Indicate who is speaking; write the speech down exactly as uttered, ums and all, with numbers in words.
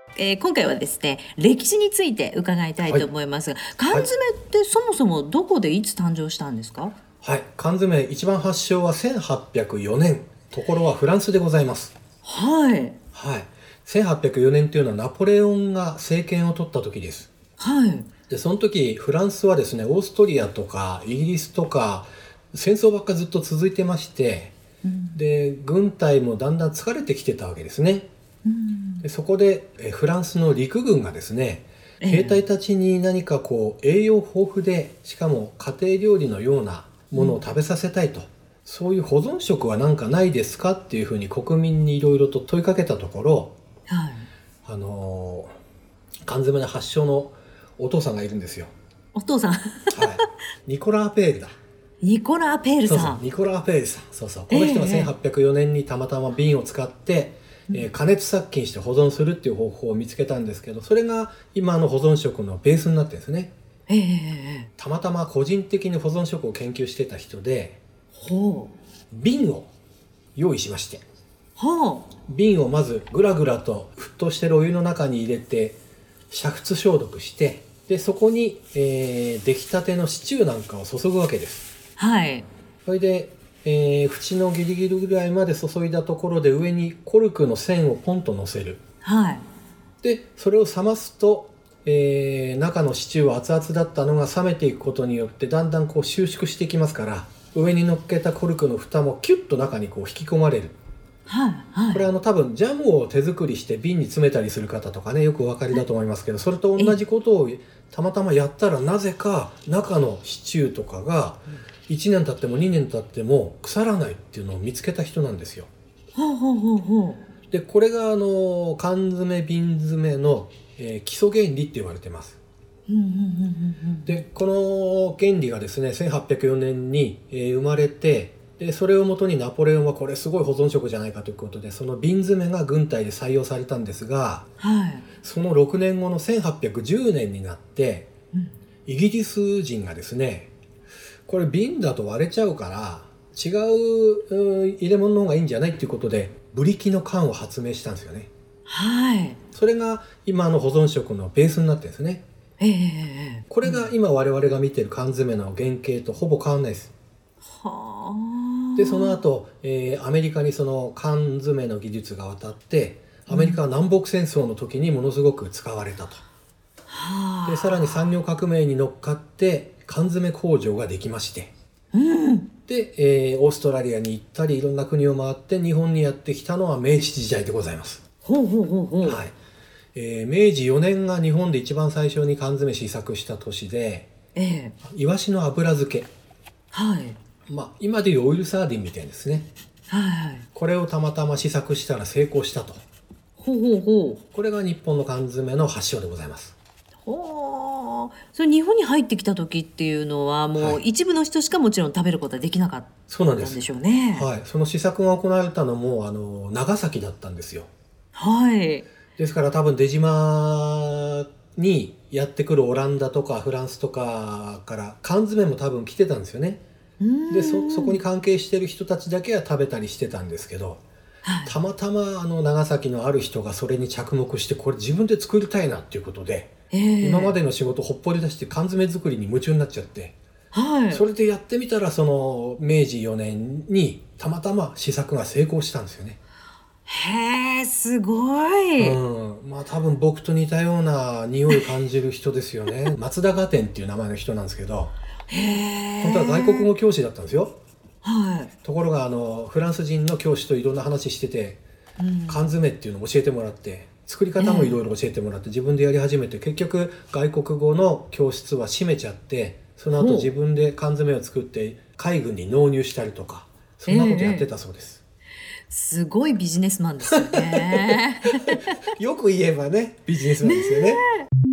Speaker 1: えー、今回はですね、歴史について伺いたいと思いますが、はい、缶詰ってそもそもどこでいつ誕生したんですか？
Speaker 2: はい、缶詰一番発祥はせんはっぴゃくよねん、ところはフランスでございます。
Speaker 1: はい、
Speaker 2: はい、せんはっぴゃくよねんというのはナポレオンが政権を取った時です。
Speaker 1: はい、
Speaker 2: でその時フランスはですね、オーストリアとかイギリスとか戦争ばっかずっと続いてまして、うん、で軍隊もだんだん疲れてきてたわけですね。うん、でそこでえフランスの陸軍がですね、兵隊たちに何かこう栄養豊富でしかも家庭料理のようなものを食べさせたいと、うん、そういう保存食は何かないですかっていうふうに国民にいろいろと問いかけたところ、はい、あのー、缶詰の発祥のお父さんがいるんですよ。
Speaker 1: お父さん、はい、
Speaker 2: ニコラー・ペールだ。
Speaker 1: ニコラー・ペールさん。
Speaker 2: そうそう、ニコラー・ペールさん。そうそう。この人がせんはっぴゃくよねんにたまたま瓶を使って、えーえー、加熱殺菌して保存するっていう方法を見つけたんですけど、それが今の保存食のベースになってるんですね。えー、たまたま個人的に保存食を研究してた人で、ほう、瓶を用意しまして、ほう、瓶をまずグラグラと沸騰してるお湯の中に入れて煮沸消毒して、でそこに、えー、出来たてのシチューなんかを注ぐわけです。はい。それで、えー、縁のギリギリぐらいまで注いだところで上にコルクの栓をポンと乗せる。はい。でそれを冷ますと、えー、中のシチューは熱々だったのが冷めていくことによってだんだんこう収縮していきますから、上に乗っけたコルクの蓋もキュッと中にこう引き込まれる。はいはい、これあの多分ジャムを手作りして瓶に詰めたりする方とかね、よくお分かりだと思いますけど、それと同じことをたまたまやったらなぜか中のシチューとかがいちねん経ってもにねん経っても腐らないっていうのを見つけた人なんですよ。ほうほうほうほう。でこれがあの缶詰瓶詰の、えー、基礎原理って言われてます。でこの原理がですねせんはっぴゃくよねんに、えー、生まれて、でそれをもとにナポレオンはこれすごい保存食じゃないかということでその瓶詰が軍隊で採用されたんですが、はい、そのろくねんごのせんはっぴゃくじゅうねんになって、うん、イギリス人がですね、これ瓶だと割れちゃうから違う入れ物の方がいいんじゃないっていうことでブリキの缶を発明したんですよね。はい、それが今の保存食のベースになってるんですね。えー、これが今我々が見てる缶詰の原型とほぼ変わんないです。はあ。でその後、えー、アメリカにその缶詰の技術が渡ってアメリカは南北戦争の時にものすごく使われたと、はあ、でさらに産業革命に乗っかって缶詰工場ができまして、うん、で、えー、オーストラリアに行ったりいろんな国を回って日本にやってきたのは明治時代でございます。ほうほうほうほう。はい、えー、明治よねんが日本で一番最初に缶詰試作した年で、えー、イワシの油漬け、はい、まあ、今でいうオイルサーディンみたいですね、はいはい、これをたまたま試作したら成功したと。ほうほうほう。これが日本の缶詰の発祥でございます。
Speaker 1: ほう。それ日本に入ってきた時っていうのはもう一部の人しかもちろん食べることはできなかったんでしょうね。
Speaker 2: はい、その試作が行われたのもあの長崎だったんですよ。はい。ですから多分出島にやってくるオランダとかフランスとかから缶詰も多分来てたんですよね。で そ, そこに関係してる人たちだけは食べたりしてたんですけど、はい、たまたまあの長崎のある人がそれに着目してこれ自分で作りたいなっていうことで、えー、今までの仕事をほっぽり出して缶詰作りに夢中になっちゃって、はい、それでやってみたらその明治よねんにたまたま試作が成功したんですよね。
Speaker 1: へー、すごい、
Speaker 2: うん、まあ多分僕と似たような匂いを感じる人ですよね松田雅典っていう名前の人なんですけど、へ本当は外国語教師だったんですよ。はい、ところがあのフランス人の教師といろんな話してて、うん、缶詰っていうのを教えてもらって作り方もいろいろ教えてもらって自分でやり始めて、結局外国語の教室は閉めちゃって、その後自分で缶詰を作って海軍に納入したりとかそんなことやってたそうです。
Speaker 1: すごいビジネスマンですよね
Speaker 2: よく言えばねビジネスマンですよね。ね